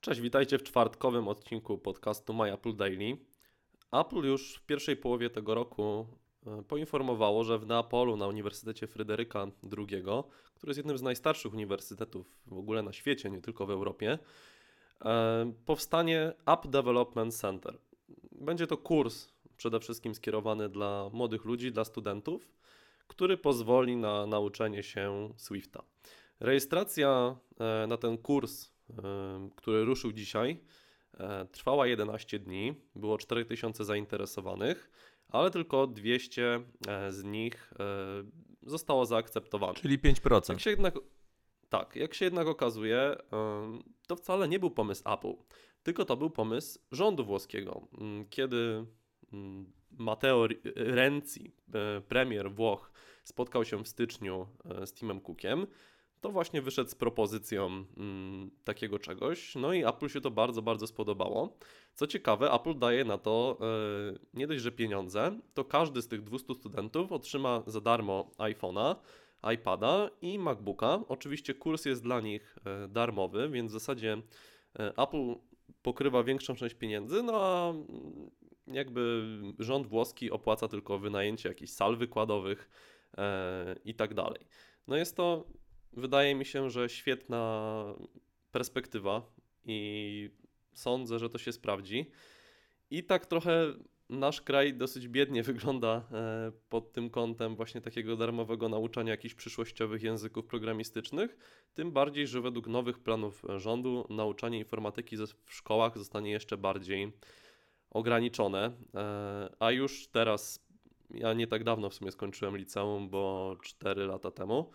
Cześć, witajcie w czwartkowym odcinku podcastu My Apple Daily. Apple już w pierwszej połowie tego roku poinformowało, że w Neapolu na Uniwersytecie Fryderyka II, który jest jednym z najstarszych uniwersytetów w ogóle na świecie, nie tylko w Europie, powstanie App Development Center. Będzie to kurs przede wszystkim skierowany dla młodych ludzi, dla studentów, który pozwoli na nauczenie się Swifta. Rejestracja na ten kurs, który ruszył dzisiaj, trwała 11 dni, było 4000 zainteresowanych, ale tylko 200 z nich zostało zaakceptowanych. Czyli 5%. Jak się jednak okazuje, to wcale nie był pomysł Apple, tylko to był pomysł rządu włoskiego. Kiedy Matteo Renzi, premier Włoch, spotkał się w styczniu z Timem Cookiem, to właśnie wyszedł z propozycją takiego czegoś, no i Apple się to bardzo, bardzo spodobało. Co ciekawe, Apple daje na to nie dość, że pieniądze, to każdy z tych 200 studentów otrzyma za darmo iPhone'a, iPada i MacBooka. Oczywiście kurs jest dla nich darmowy, więc w zasadzie Apple pokrywa większą część pieniędzy, no a jakby rząd włoski opłaca tylko wynajęcie jakichś sal wykładowych i tak dalej. No jest to, wydaje mi się, że świetna perspektywa i sądzę, że to się sprawdzi. I tak trochę nasz kraj dosyć biednie wygląda pod tym kątem właśnie takiego darmowego nauczania jakichś przyszłościowych języków programistycznych. Tym bardziej, że według nowych planów rządu nauczanie informatyki w szkołach zostanie jeszcze bardziej ograniczone. A już teraz, ja nie tak dawno w sumie skończyłem liceum, bo 4 lata temu.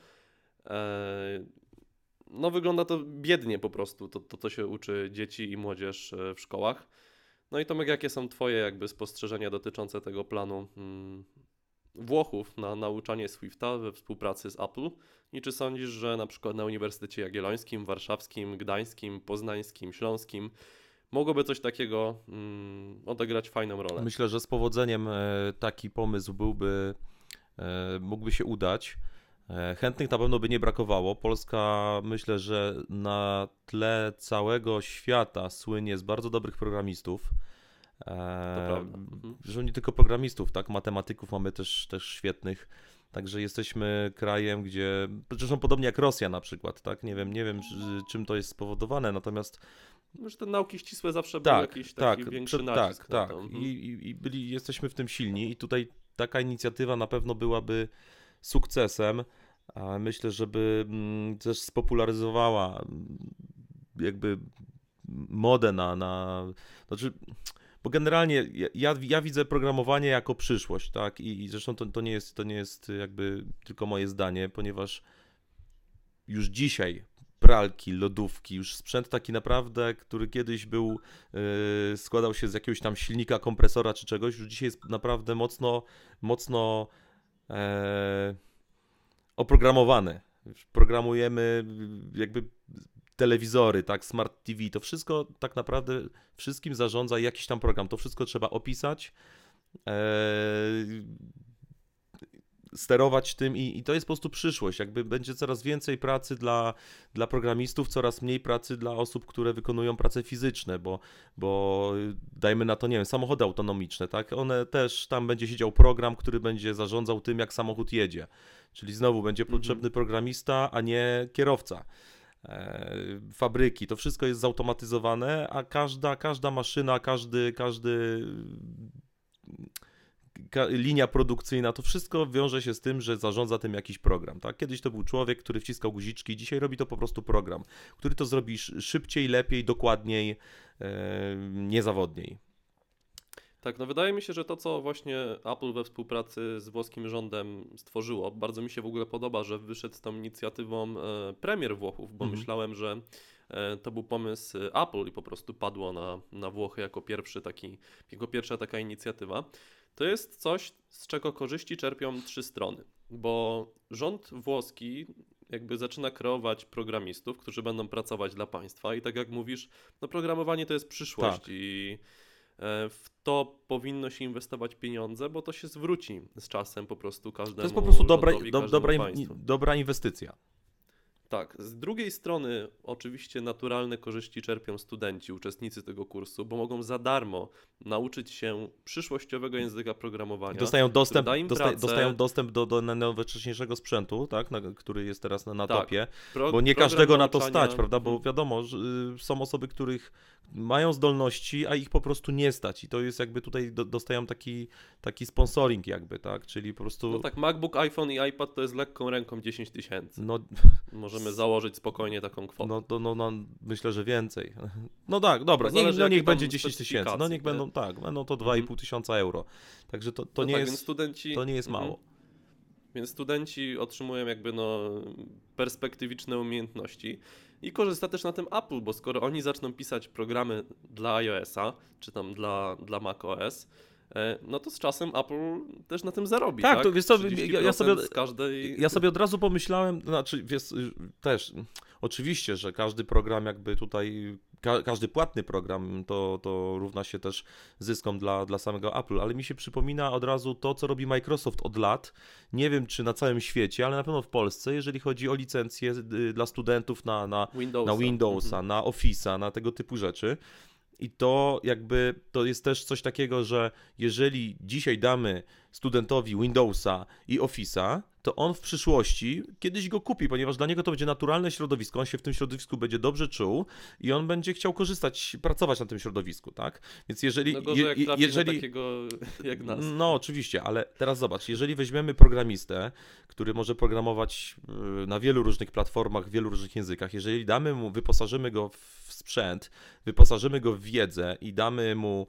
No wygląda to biednie po prostu, to się uczy dzieci i młodzież w szkołach. No i Tomek, jakie są Twoje jakby spostrzeżenia dotyczące tego planu Włochów na nauczanie Swifta we współpracy z Apple? I czy sądzisz, że na przykład na Uniwersytecie Jagiellońskim, Warszawskim, Gdańskim, Poznańskim, Śląskim mogłoby coś takiego odegrać fajną rolę? Myślę, że z powodzeniem taki pomysł mógłby się udać. Chętnych na pewno by nie brakowało. Polska, myślę, że na tle całego świata słynie z bardzo dobrych programistów. To prawda. Zresztą nie tylko programistów, tak? Matematyków mamy też świetnych. Także jesteśmy krajem, gdzie, zresztą podobnie jak Rosja na przykład, tak? Nie wiem czym to jest spowodowane, natomiast Może te nauki ścisłe zawsze były jakiś taki większy nacisk na tak. to. Jesteśmy w tym silni i tutaj taka inicjatywa na pewno byłaby sukcesem, a myślę, żeby też spopularyzowała jakby modę znaczy, bo generalnie ja widzę programowanie jako przyszłość, tak? I zresztą to nie jest jakby tylko moje zdanie, ponieważ już dzisiaj pralki, lodówki, już sprzęt taki naprawdę, który kiedyś składał się z jakiegoś tam silnika, kompresora czy czegoś, już dzisiaj jest naprawdę mocno oprogramowany. Programujemy jakby telewizory, tak, smart TV, to wszystko tak naprawdę wszystkim zarządza jakiś tam program. To wszystko trzeba opisać, sterować tym i to jest po prostu przyszłość. Jakby będzie coraz więcej pracy dla programistów, coraz mniej pracy dla osób, które wykonują prace fizyczne, bo dajmy na to, nie wiem, samochody autonomiczne, tak? One też, tam będzie siedział program, który będzie zarządzał tym, jak samochód jedzie. Czyli znowu będzie potrzebny programista, a nie kierowca. Fabryki, to wszystko jest zautomatyzowane, a każda maszyna, linia produkcyjna, to wszystko wiąże się z tym, że zarządza tym jakiś program. Tak? Kiedyś to był człowiek, który wciskał guziczki, dzisiaj robi to po prostu program, który to zrobi szybciej, lepiej, dokładniej, niezawodniej. Tak, no wydaje mi się, że to, co właśnie Apple we współpracy z włoskim rządem stworzyło, bardzo mi się w ogóle podoba, że wyszedł z tą inicjatywą premier Włochów, bo myślałem, że to był pomysł Apple i po prostu padło na Włochy jako pierwsza taka inicjatywa. To jest coś, z czego korzyści czerpią 3 strony, bo rząd włoski jakby zaczyna kreować programistów, którzy będą pracować dla państwa i tak jak mówisz, no programowanie to jest przyszłość i w to powinno się inwestować pieniądze, bo to się zwróci z czasem po prostu każdemu. To jest po prostu rządowi, każdemu państwu. dobra inwestycja. Tak, z drugiej strony oczywiście naturalne korzyści czerpią studenci, uczestnicy tego kursu, bo mogą za darmo nauczyć się przyszłościowego języka I programowania, dostają który dostęp, da im dostają pracę. dostęp do najnowocześniejszego sprzętu, tak, który jest teraz na Tak, topie, bo nie program każdego na to nauczania. stać, prawda, bo wiadomo, że są osoby, których mają zdolności, a ich po prostu nie stać i to jest jakby tutaj dostają taki sponsoring jakby, tak, czyli po prostu, No tak, MacBook, iPhone i iPad to jest lekką ręką 10 tysięcy. no, Możemy założyć spokojnie taką kwotę. no, myślę, że więcej. No tak, dobra, To zależy, niech jakie tam będzie 10 tysięcy, no niech specyfikacje, będą, tak, będą to Mhm. 2,5 tysiąca euro, także to No nie tak, jest, więc studenci. to nie jest Mhm. mało. Więc studenci otrzymują jakby perspektywiczne umiejętności i korzysta też na tym Apple, bo skoro oni zaczną pisać programy dla iOS-a, czy tam dla macOS, no to z czasem Apple też na tym zarobi, Tak, tak? to wiesz co, 30% z każdej... ja sobie od razu pomyślałem, znaczy wiesz, też oczywiście, że każdy program jakby tutaj, każdy płatny program to równa się też zyskom dla samego Apple, ale mi się przypomina od razu to, co robi Microsoft od lat, nie wiem czy na całym świecie, ale na pewno w Polsce, jeżeli chodzi o licencje dla studentów na Windowsa, na Office'a, na tego typu rzeczy. I to jakby, to jest też coś takiego, że jeżeli dzisiaj damy studentowi Windowsa i Office'a, to on w przyszłości kiedyś go kupi, ponieważ dla niego to będzie naturalne środowisko, on się w tym środowisku będzie dobrze czuł i on będzie chciał korzystać, pracować na tym środowisku, tak? Więc jeżeli... No gorzej jak trafi na takiego jak nas. No oczywiście, ale teraz zobacz, jeżeli weźmiemy programistę, który może programować na wielu różnych platformach, w wielu różnych językach, jeżeli damy mu, wyposażymy go w sprzęt, wyposażymy go w wiedzę i damy mu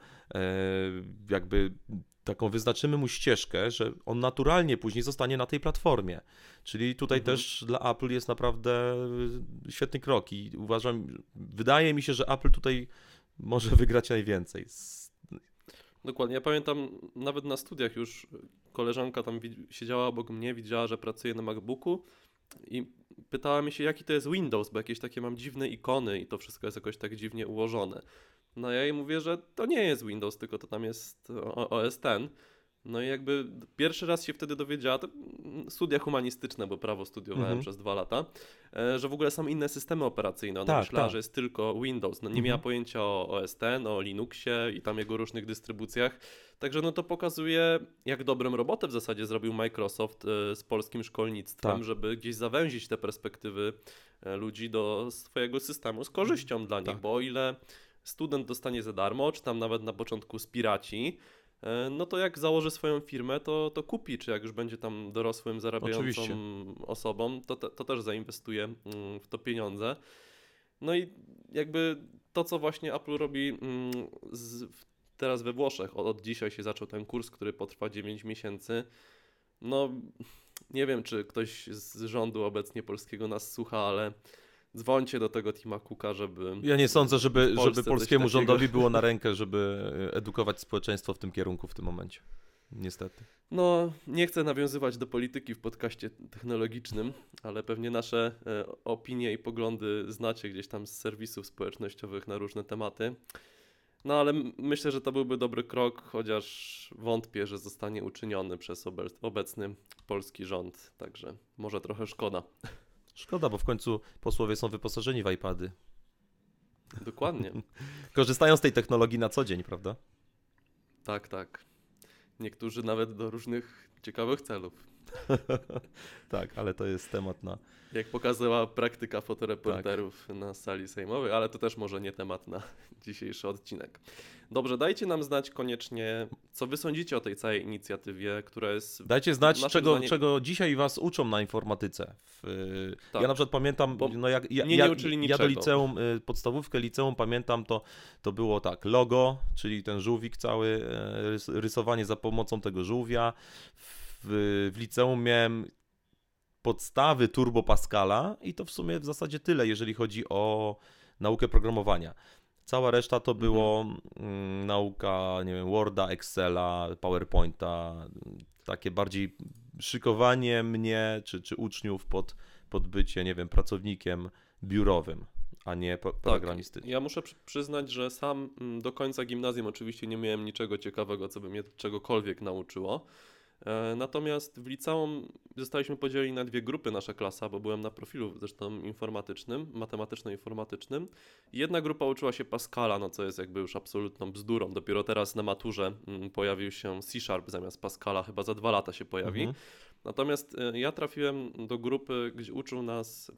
jakby wyznaczymy mu ścieżkę, że on naturalnie później zostanie na tej platformie. Czyli tutaj też dla Apple jest naprawdę świetny krok i wydaje mi się, że Apple tutaj może wygrać najwięcej. Dokładnie. Ja pamiętam nawet na studiach już koleżanka tam siedziała obok mnie, widziała, że pracuję na MacBooku i pytała mnie się, jaki to jest Windows, bo jakieś takie mam dziwne ikony i to wszystko jest jakoś tak dziwnie ułożone. No ja jej mówię, że to nie jest Windows, tylko to tam jest OS X. No i jakby pierwszy raz się wtedy dowiedziała, to studia humanistyczne, bo prawo studiowałem przez 2 lata, że w ogóle są inne systemy operacyjne. Ona myślała, że jest tylko Windows. No nie miała pojęcia o OS X, o Linuxie i tam jego różnych dystrybucjach. Także no to pokazuje, jak dobrą robotę w zasadzie zrobił Microsoft z polskim szkolnictwem, żeby gdzieś zawęzić te perspektywy ludzi do swojego systemu z korzyścią dla nich, bo o ile student dostanie za darmo, czy tam nawet na początku spiraci, no to jak założy swoją firmę, to kupi, czy jak już będzie tam dorosłym, zarabiającą osobą, to też zainwestuje w to pieniądze. No i jakby to, co właśnie Apple robi teraz we Włoszech, od dzisiaj się zaczął ten kurs, który potrwa 9 miesięcy, no nie wiem, czy ktoś z rządu obecnie polskiego nas słucha, ale dzwońcie do tego Tima Cooka, żeby... Ja nie sądzę, żeby polskiemu rządowi było na rękę, żeby edukować społeczeństwo w tym kierunku w tym momencie. Niestety. No, nie chcę nawiązywać do polityki w podcaście technologicznym, ale pewnie nasze opinie i poglądy znacie gdzieś tam z serwisów społecznościowych na różne tematy. No ale myślę, że to byłby dobry krok, chociaż wątpię, że zostanie uczyniony przez obecny polski rząd, także może trochę szkoda. Szkoda, bo w końcu posłowie są wyposażeni w iPady. Dokładnie. Korzystają z tej technologii na co dzień, prawda? Tak, tak. Niektórzy nawet do różnych ciekawych celów. Tak, ale to jest temat na... Jak pokazała praktyka fotoreporterów na sali sejmowej, ale to też może nie temat na dzisiejszy odcinek. Dobrze, dajcie nam znać koniecznie, co wy sądzicie o tej całej inicjatywie, która jest... Dajcie znać, czego dzisiaj was uczą na informatyce. Ja na przykład pamiętam, no nie uczyli niczego. Ja do liceum, podstawówkę liceum pamiętam, to było tak, logo, czyli ten żółwik cały, rysowanie za pomocą tego żółwia. W liceum miałem podstawy Turbo Pascala i to w sumie w zasadzie tyle, jeżeli chodzi o naukę programowania. Cała reszta to było nauka, nie wiem, Worda, Excela, PowerPointa, takie bardziej szykowanie mnie czy uczniów pod bycie, nie wiem, pracownikiem biurowym, a nie programistycznym. Ja muszę przyznać, że sam do końca gimnazjum oczywiście nie miałem niczego ciekawego, co by mnie czegokolwiek nauczyło. Natomiast w liceum zostaliśmy podzieleni na dwie grupy, nasza klasa, bo byłem na profilu zresztą informatycznym, matematyczno-informatycznym. Jedna grupa uczyła się Pascala, no co jest jakby już absolutną bzdurą. Dopiero teraz na maturze pojawił się C# zamiast Pascala, chyba za 2 lata się pojawi. Mhm. Natomiast ja trafiłem do grupy, gdzie uczył nas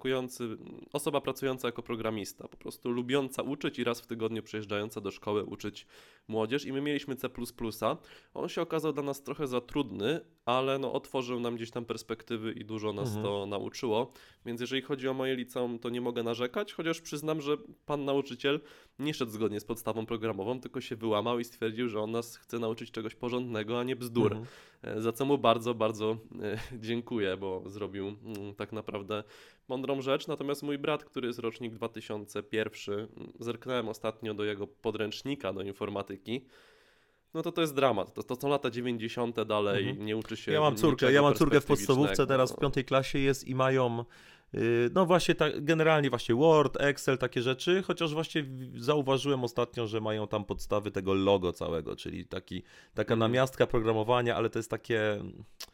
osoba pracująca jako programista, po prostu lubiąca uczyć i raz w tygodniu przyjeżdżająca do szkoły uczyć młodzież i my mieliśmy C++. On się okazał dla nas trochę za trudny, ale no otworzył nam gdzieś tam perspektywy i dużo nas to nauczyło, więc jeżeli chodzi o moje liceum, to nie mogę narzekać, chociaż przyznam, że pan nauczyciel nie szedł zgodnie z podstawą programową, tylko się wyłamał i stwierdził, że on nas chce nauczyć czegoś porządnego, a nie bzdur. Za co mu bardzo, bardzo dziękuję, bo zrobił tak naprawdę mądrą rzecz. Natomiast mój brat, który jest rocznik 2001, zerknąłem ostatnio do jego podręcznika do informatyki, no to jest dramat. To są lata 90. dalej, nie uczy się Ja mam córkę w podstawówce, perspektywicznego. teraz w 5. klasie jest i mają no właśnie tak, generalnie właśnie Word, Excel, takie rzeczy, chociaż właśnie zauważyłem ostatnio, że mają tam podstawy tego logo całego, czyli taka namiastka programowania, ale to jest takie...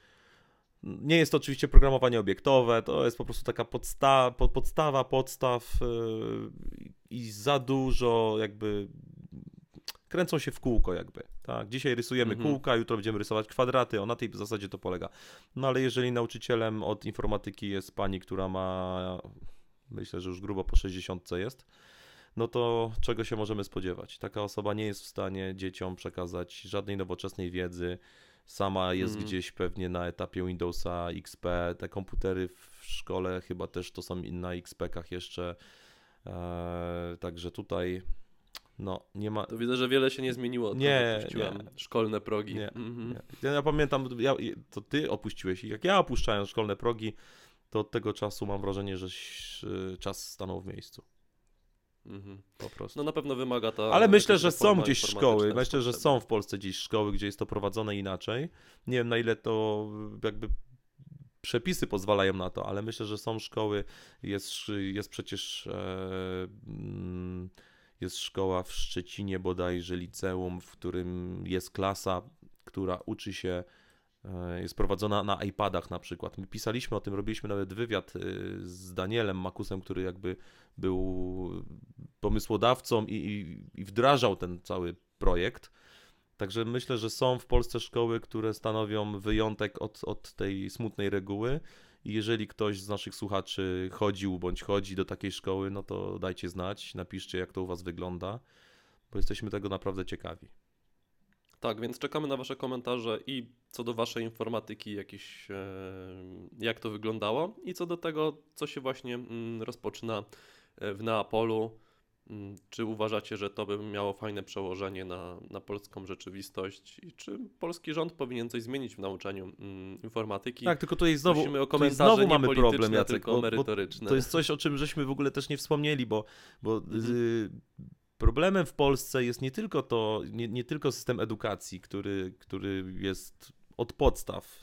Nie jest to oczywiście programowanie obiektowe, to jest po prostu taka podstawa podstaw i za dużo jakby kręcą się w kółko jakby, tak? Dzisiaj rysujemy kółka, jutro będziemy rysować kwadraty, na tej zasadzie to polega. No ale jeżeli nauczycielem od informatyki jest pani, która ma, myślę, że już grubo po 60 jest, no to czego się możemy spodziewać? Taka osoba nie jest w stanie dzieciom przekazać żadnej nowoczesnej wiedzy, sama jest gdzieś pewnie na etapie Windowsa XP, te komputery w szkole chyba też to są na XP-kach jeszcze, także tutaj no nie ma... To widzę, że wiele się nie zmieniło, odkąd opuściłem szkolne progi. Nie. Ja pamiętam, to ty opuściłeś i jak ja opuszczałem szkolne progi, to od tego czasu mam wrażenie, że czas stanął w miejscu. Po prostu. No na pewno wymaga to. Ale myślę, że są gdzieś szkoły, myślę, że są w Polsce gdzieś szkoły, gdzie jest to prowadzone inaczej. Nie wiem, na ile to jakby przepisy pozwalają na to, ale myślę, że są szkoły, jest przecież jest szkoła w Szczecinie bodajże, liceum, w którym jest klasa, która uczy się, jest prowadzona na iPadach na przykład. My pisaliśmy o tym, robiliśmy nawet wywiad z Danielem Makusem, który jakby był pomysłodawcą i wdrażał ten cały projekt. Także myślę, że są w Polsce szkoły, które stanowią wyjątek od tej smutnej reguły. I jeżeli ktoś z naszych słuchaczy chodził bądź chodzi do takiej szkoły, no to dajcie znać, napiszcie, jak to u was wygląda, bo jesteśmy tego naprawdę ciekawi. Tak, więc czekamy na wasze komentarze i co do waszej informatyki, jak to wyglądało, i co do tego, co się właśnie rozpoczyna w Neapolu. Czy uważacie, że to by miało fajne przełożenie na polską rzeczywistość i czy polski rząd powinien coś zmienić w nauczaniu informatyki? Tak, tylko tutaj znowu, prosimy o komentarze nie mamy problem, polityczne, Jacek, tylko merytoryczne. To jest coś, o czym żeśmy w ogóle też nie wspomnieli, bo problemem w Polsce jest nie tylko to, nie tylko system edukacji, który jest od podstaw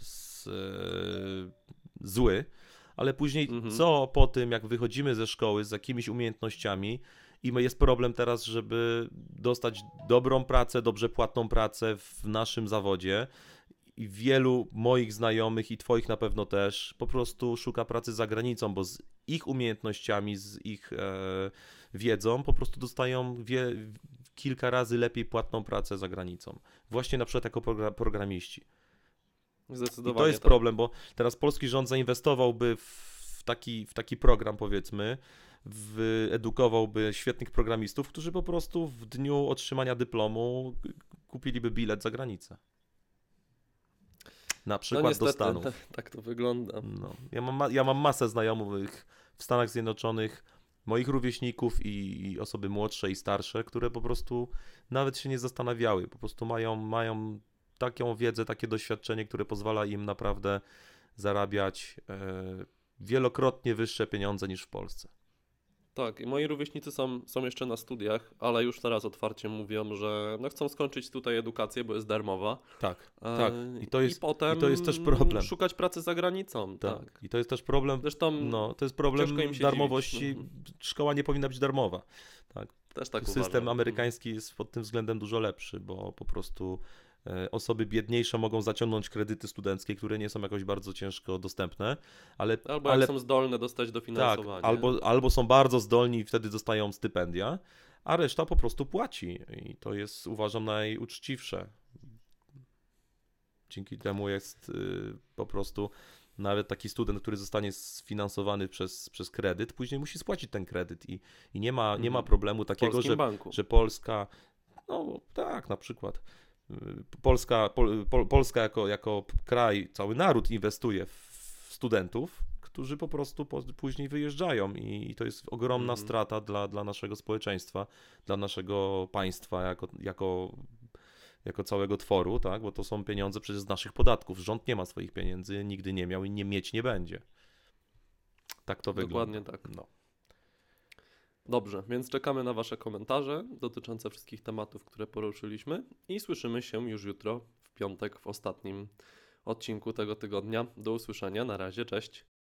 zły, ale później co po tym, jak wychodzimy ze szkoły z jakimiś umiejętnościami i jest problem teraz, żeby dostać dobrą pracę, dobrze płatną pracę w naszym zawodzie. I wielu moich znajomych i twoich na pewno też po prostu szuka pracy za granicą, bo z ich umiejętnościami, z ich wiedzą po prostu dostają kilka razy lepiej płatną pracę za granicą. Właśnie na przykład jako programiści. Zdecydowanie. I to jest problem, bo teraz polski rząd zainwestowałby w taki program, powiedzmy, wyedukowałby świetnych programistów, którzy po prostu w dniu otrzymania dyplomu kupiliby bilet za granicę. Na przykład niestety, do Stanów. Tak to wygląda. No. Ja mam masę znajomych w Stanach Zjednoczonych, moich rówieśników i osoby młodsze i starsze, które po prostu nawet się nie zastanawiały. Po prostu mają taką wiedzę, takie doświadczenie, które pozwala im naprawdę zarabiać wielokrotnie wyższe pieniądze niż w Polsce. Tak, i moi rówieśnicy są jeszcze na studiach, ale już teraz otwarcie mówią, że chcą skończyć tutaj edukację, bo jest darmowa. Tak. I potem to jest też problem. Szukać pracy za granicą. Tak. I to jest też problem. Zresztą to jest problem im się darmowości. dziwić. Szkoła nie powinna być darmowa. Tak. Też tak System uważam. amerykański jest pod tym względem dużo lepszy, bo po prostu Osoby biedniejsze mogą zaciągnąć kredyty studenckie, które nie są jakoś bardzo ciężko dostępne, ale, Albo jak są zdolne dostać tak, dofinansowanie. albo są bardzo zdolni i wtedy dostają stypendia, a reszta po prostu płaci. I to jest, uważam, najuczciwsze. Dzięki temu jest po prostu nawet taki student, który zostanie sfinansowany przez kredyt, później musi spłacić ten kredyt i nie ma problemu W takiego, polskim banku. że Polska, no tak, na przykład Polska jako kraj, cały naród inwestuje w studentów, którzy po prostu później wyjeżdżają i to jest ogromna strata dla naszego społeczeństwa, dla naszego państwa jako całego tworu, tak? Bo to są pieniądze przecież z naszych podatków. Rząd nie ma swoich pieniędzy, nigdy nie miał i mieć nie będzie. Tak to wygląda. Dokładnie tak. No. Dobrze, więc czekamy na Wasze komentarze dotyczące wszystkich tematów, które poruszyliśmy i słyszymy się już jutro, w piątek, w ostatnim odcinku tego tygodnia. Do usłyszenia, na razie, cześć.